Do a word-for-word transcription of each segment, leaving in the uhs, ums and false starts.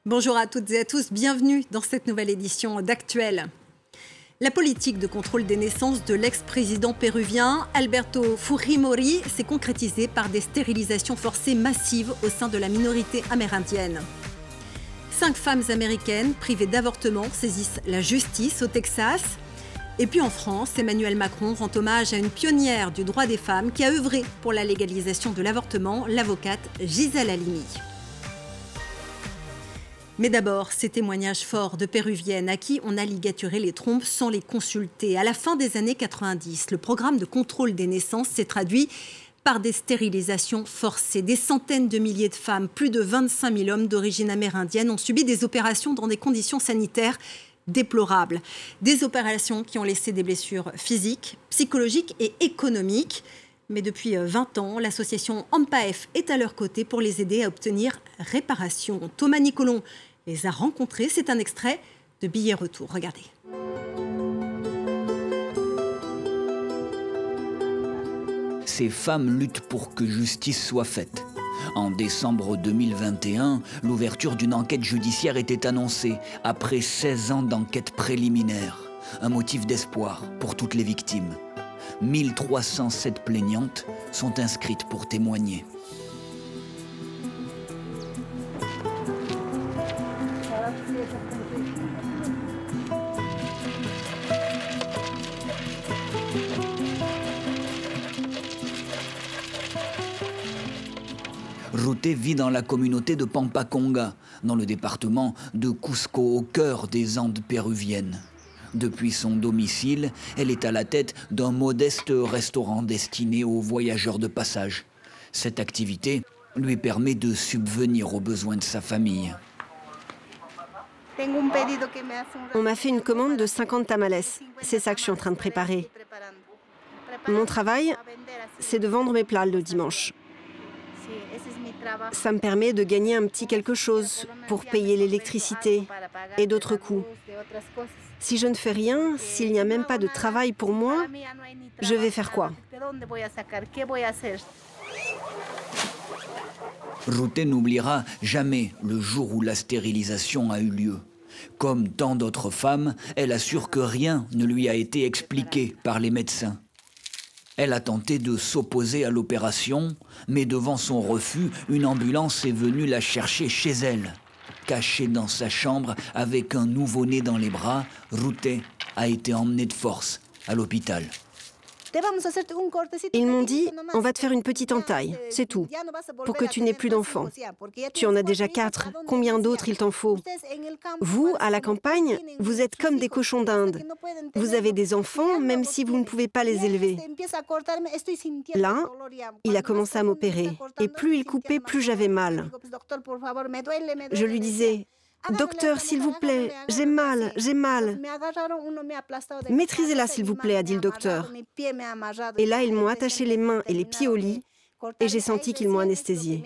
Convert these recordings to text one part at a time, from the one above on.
Bonjour à toutes et à tous, bienvenue dans cette nouvelle édition d'Actuel. La politique de contrôle des naissances de l'ex-président péruvien Alberto Fujimori s'est concrétisée par des stérilisations forcées massives au sein de la minorité amérindienne. Cinq femmes américaines privées d'avortement saisissent la justice au Texas. Et puis en France, Emmanuel Macron rend hommage à une pionnière du droit des femmes qui a œuvré pour la légalisation de l'avortement, l'avocate Gisèle Halimi. Mais d'abord, ces témoignages forts de péruviennes à qui on a ligaturé les trompes sans les consulter. À la fin des années quatre-vingt-dix, le programme de contrôle des naissances s'est traduit par des stérilisations forcées. Des centaines de milliers de femmes, plus de vingt-cinq mille hommes d'origine amérindienne ont subi des opérations dans des conditions sanitaires déplorables. Des opérations qui ont laissé des blessures physiques, psychologiques et économiques. Mais depuis vingt ans, l'association AMPAEF est à leur côté pour les aider à obtenir réparation. Thomas Nicolon les a rencontrés. C'est un extrait de Billet Retour. Regardez. Ces femmes luttent pour que justice soit faite. En décembre deux mille vingt et un, l'ouverture d'une enquête judiciaire était annoncée après seize ans d'enquête préliminaire. Un motif d'espoir pour toutes les victimes. mille trois cent sept plaignantes sont inscrites pour témoigner. Ruté vit dans la communauté de Pampaconga, dans le département de Cusco, au cœur des Andes péruviennes. Depuis son domicile, elle est à la tête d'un modeste restaurant destiné aux voyageurs de passage. Cette activité lui permet de subvenir aux besoins de sa famille. On m'a fait une commande de cinquante tamales. C'est ça que je suis en train de préparer. Mon travail, c'est de vendre mes plats le dimanche. Ça me permet de gagner un petit quelque chose pour payer l'électricité et d'autres coûts. Si je ne fais rien, s'il n'y a même pas de travail pour moi, je vais faire quoi? Ruté n'oubliera jamais le jour où la stérilisation a eu lieu. Comme tant d'autres femmes, elle assure que rien ne lui a été expliqué par les médecins. Elle a tenté de s'opposer à l'opération, mais devant son refus, une ambulance est venue la chercher chez elle. Cachée dans sa chambre avec un nouveau-né dans les bras, Ruté a été emmenée de force à l'hôpital. Ils m'ont dit, on va te faire une petite entaille, c'est tout, pour que tu n'aies plus d'enfants. Tu en as déjà quatre, combien d'autres il t'en faut? Vous, à la campagne, vous êtes comme des cochons d'Inde. Vous avez des enfants, même si vous ne pouvez pas les élever. Là, il a commencé à m'opérer, et plus il coupait, plus j'avais mal. Je lui disais, docteur, s'il vous plaît, j'ai mal, j'ai mal. Maîtrisez-la, s'il vous plaît, a dit le docteur. Et là, ils m'ont attaché les mains et les pieds au lit, et j'ai senti qu'ils m'ont anesthésiée.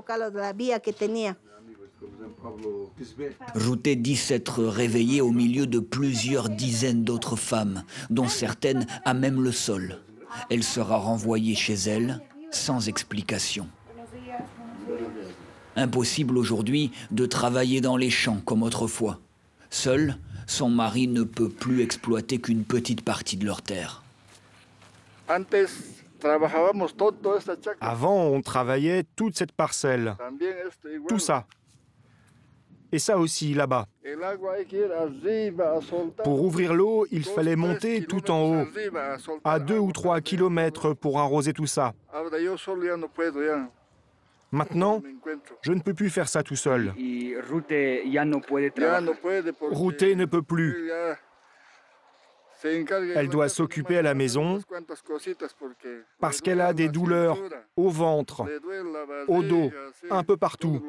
Ruté dit s'être réveillée au milieu de plusieurs dizaines d'autres femmes, dont certaines à même le sol. Elle sera renvoyée chez elle, sans explication. Impossible aujourd'hui de travailler dans les champs comme autrefois. Seul, son mari ne peut plus exploiter qu'une petite partie de leurs terres. Avant, on travaillait toute cette parcelle, tout ça. Et ça aussi, là-bas. Pour ouvrir l'eau, il fallait monter tout en haut, à deux ou trois kilomètres pour arroser tout ça. Maintenant, je ne peux plus faire ça tout seul. Ruté ne peut plus. Elle doit s'occuper à la maison parce qu'elle a des douleurs au ventre, au dos, un peu partout.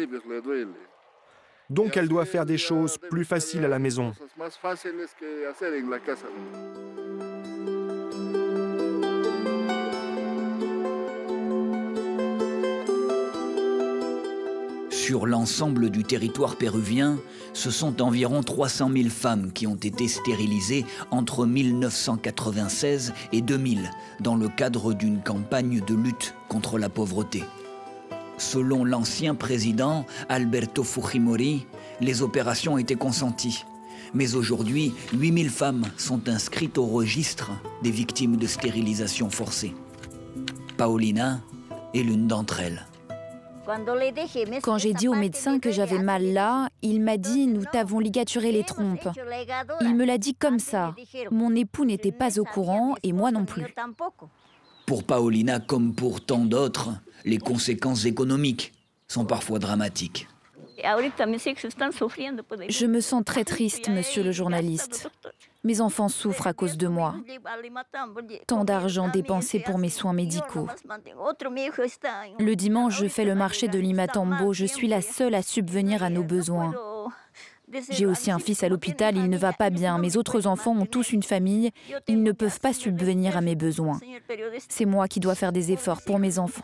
Donc elle doit faire des choses plus faciles à la maison. Sur l'ensemble du territoire péruvien, ce sont environ trois cent mille femmes qui ont été stérilisées entre mille neuf cent quatre-vingt-seize et deux mille dans le cadre d'une campagne de lutte contre la pauvreté. Selon l'ancien président Alberto Fujimori, les opérations étaient consenties. Mais aujourd'hui, huit mille femmes sont inscrites au registre des victimes de stérilisation forcée. Paulina est l'une d'entre elles. Quand j'ai dit au médecin que j'avais mal là, il m'a dit « nous t'avons ligaturé les trompes ». Il me l'a dit comme ça. Mon époux n'était pas au courant et moi non plus. Pour Paulina, comme pour tant d'autres, les conséquences économiques sont parfois dramatiques. Je me sens très triste, monsieur le journaliste. Mes enfants souffrent à cause de moi. Tant d'argent dépensé pour mes soins médicaux. Le dimanche, je fais le marché de Limatambo. Je suis la seule à subvenir à nos besoins. J'ai aussi un fils à l'hôpital, il ne va pas bien. Mes autres enfants ont tous une famille. Ils ne peuvent pas subvenir à mes besoins. C'est moi qui dois faire des efforts pour mes enfants.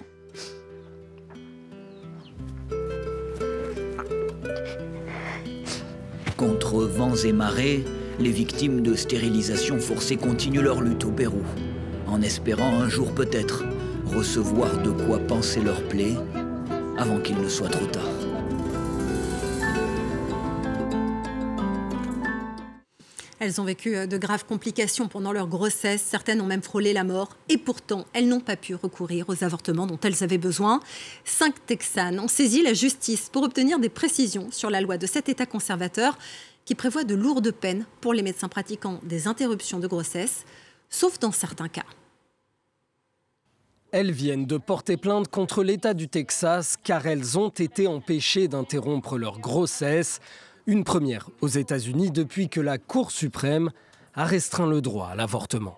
Contre vents et marées, les victimes de stérilisation forcée continuent leur lutte au Pérou, en espérant un jour peut-être recevoir de quoi panser leurs plaies avant qu'il ne soit trop tard. Elles ont vécu de graves complications pendant leur grossesse. Certaines ont même frôlé la mort. Et pourtant, elles n'ont pas pu recourir aux avortements dont elles avaient besoin. Cinq Texanes ont saisi la justice pour obtenir des précisions sur la loi de cet État conservateur qui prévoit de lourdes peines pour les médecins pratiquant des interruptions de grossesse, sauf dans certains cas. Elles viennent de porter plainte contre l'État du Texas car elles ont été empêchées d'interrompre leur grossesse. Une première aux États-Unis depuis que la Cour suprême a restreint le droit à l'avortement.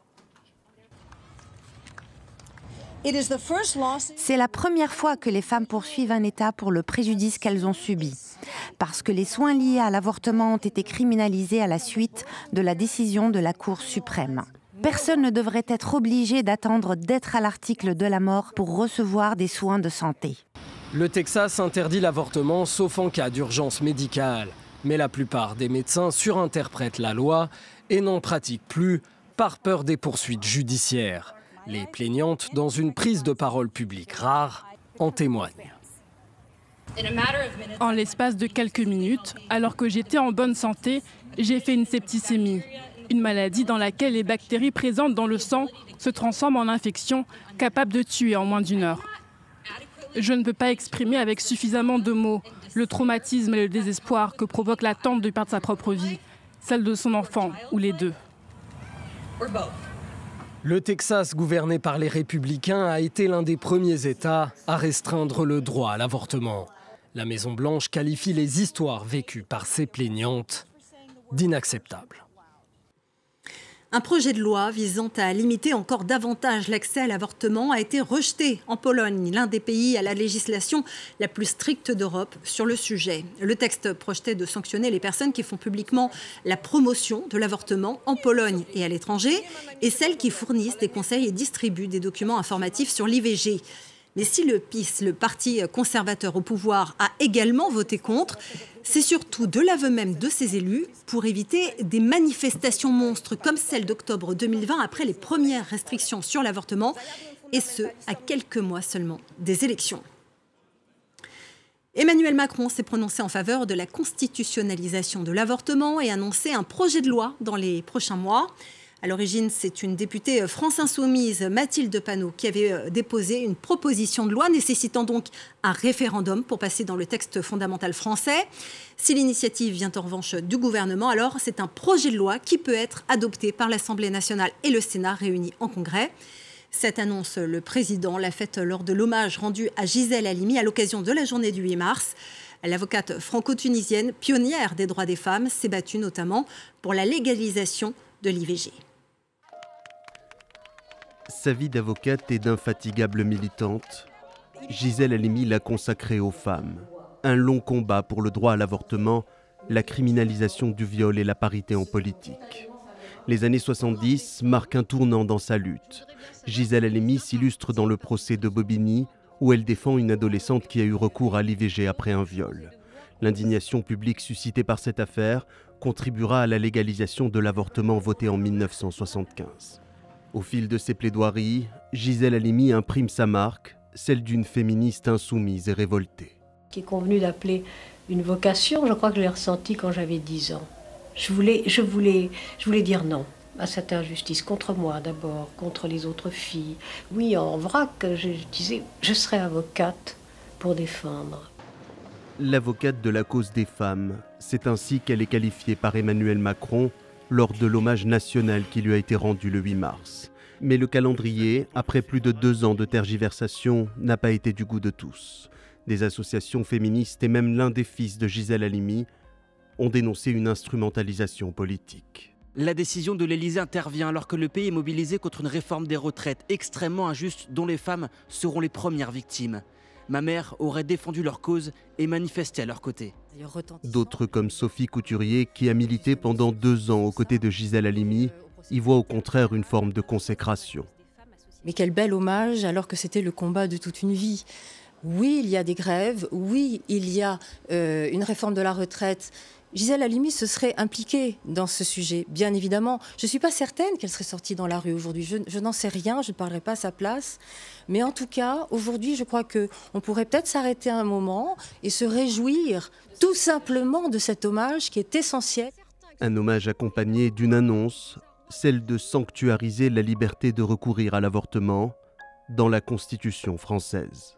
C'est la première fois que les femmes poursuivent un État pour le préjudice qu'elles ont subi, parce que les soins liés à l'avortement ont été criminalisés à la suite de la décision de la Cour suprême. Personne ne devrait être obligé d'attendre d'être à l'article de la mort pour recevoir des soins de santé. Le Texas interdit l'avortement sauf en cas d'urgence médicale. Mais la plupart des médecins surinterprètent la loi et n'en pratiquent plus par peur des poursuites judiciaires. Les plaignantes, dans une prise de parole publique rare, en témoignent. En l'espace de quelques minutes, alors que j'étais en bonne santé, j'ai fait une septicémie, une maladie dans laquelle les bactéries présentes dans le sang se transforment en infection capable de tuer en moins d'une heure. Je ne peux pas exprimer avec suffisamment de mots le traumatisme et le désespoir que provoque l'attente de perdre sa propre vie, celle de son enfant ou les deux. Le Texas, gouverné par les républicains, a été l'un des premiers États à restreindre le droit à l'avortement. La Maison-Blanche qualifie les histoires vécues par ces plaignantes d'inacceptables. Un projet de loi visant à limiter encore davantage l'accès à l'avortement a été rejeté en Pologne, l'un des pays à la législation la plus stricte d'Europe sur le sujet. Le texte projetait de sanctionner les personnes qui font publiquement la promotion de l'avortement en Pologne et à l'étranger et celles qui fournissent des conseils et distribuent des documents informatifs sur l'I V G. Mais si le P I S, le parti conservateur au pouvoir, a également voté contre, c'est surtout de l'aveu même de ses élus pour éviter des manifestations monstres comme celle d'octobre deux mille vingt après les premières restrictions sur l'avortement, et ce, à quelques mois seulement des élections. Emmanuel Macron s'est prononcé en faveur de la constitutionnalisation de l'avortement et annoncé un projet de loi dans les prochains mois. À l'origine, c'est une députée France Insoumise, Mathilde Panot, qui avait déposé une proposition de loi nécessitant donc un référendum pour passer dans le texte fondamental français. Si l'initiative vient en revanche du gouvernement, alors c'est un projet de loi qui peut être adopté par l'Assemblée nationale et le Sénat réunis en congrès. Cette annonce, le président l'a faite lors de l'hommage rendu à Gisèle Halimi à l'occasion de la journée du huit mars. L'avocate franco-tunisienne, pionnière des droits des femmes, s'est battue notamment pour la légalisation de l'I V G. Sa vie d'avocate et d'infatigable militante, Gisèle Halimi l'a consacrée aux femmes. Un long combat pour le droit à l'avortement, la criminalisation du viol et la parité en politique. Les années soixante-dix marquent un tournant dans sa lutte. Gisèle Halimi s'illustre dans le procès de Bobigny, où elle défend une adolescente qui a eu recours à l'I V G après un viol. L'indignation publique suscitée par cette affaire contribuera à la légalisation de l'avortement voté en mille neuf cent soixante-quinze. Au fil de ses plaidoiries, Gisèle Halimi imprime sa marque, celle d'une féministe insoumise et révoltée. Qui est convenu d'appeler Une vocation, je crois que je l'ai ressentie quand j'avais dix ans. Je voulais, je, voulais, je voulais dire non à cette injustice, contre moi d'abord, contre les autres filles. Oui, en vrac, je disais, je serai avocate pour défendre. L'avocate de la cause des femmes, c'est ainsi qu'elle est qualifiée par Emmanuel Macron lors de l'hommage national qui lui a été rendu le huit mars. Mais le calendrier, après plus de deux ans de tergiversation, n'a pas été du goût de tous. Des associations féministes et même l'un des fils de Gisèle Halimi ont dénoncé une instrumentalisation politique. La décision de l'Élysée intervient alors que le pays est mobilisé contre une réforme des retraites extrêmement injuste dont les femmes seront les premières victimes. Ma mère aurait défendu leur cause et manifesté à leur côté. D'autres comme Sophie Couturier, qui a milité pendant deux ans aux côtés de Gisèle Halimi, y voient au contraire une forme de consécration. Mais quel bel hommage alors que c'était le combat de toute une vie. Oui, il y a des grèves, oui, il y a euh, une réforme de la retraite. Gisèle Halimi se serait impliquée dans ce sujet, bien évidemment. Je ne suis pas certaine qu'elle serait sortie dans la rue aujourd'hui. Je, je n'en sais rien, je ne parlerai pas à sa place. Mais en tout cas, aujourd'hui, je crois qu'on pourrait peut-être s'arrêter un moment et se réjouir tout simplement de cet hommage qui est essentiel. Un hommage accompagné d'une annonce, celle de sanctuariser la liberté de recourir à l'avortement dans la Constitution française.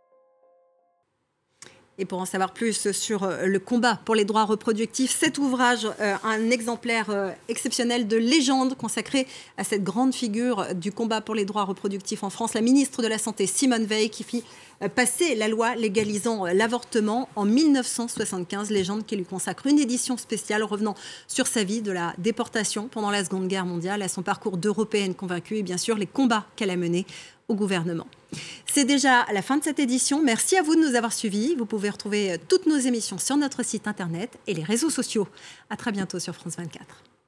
Et pour en savoir plus sur le combat pour les droits reproductifs, cet ouvrage, euh, un exemplaire euh, exceptionnel de légende consacré à cette grande figure du combat pour les droits reproductifs en France, la ministre de la Santé Simone Veil, qui fit euh, passer la loi légalisant euh, l'avortement en mille neuf cent soixante-quinze, légende qui lui consacre une édition spéciale revenant sur sa vie de la déportation pendant la Seconde Guerre mondiale à son parcours d'Européenne convaincue et bien sûr les combats qu'elle a menés au gouvernement. C'est déjà la fin de cette édition. Merci à vous de nous avoir suivis. Vous pouvez retrouver toutes nos émissions sur notre site internet et les réseaux sociaux. À très bientôt sur France vingt-quatre.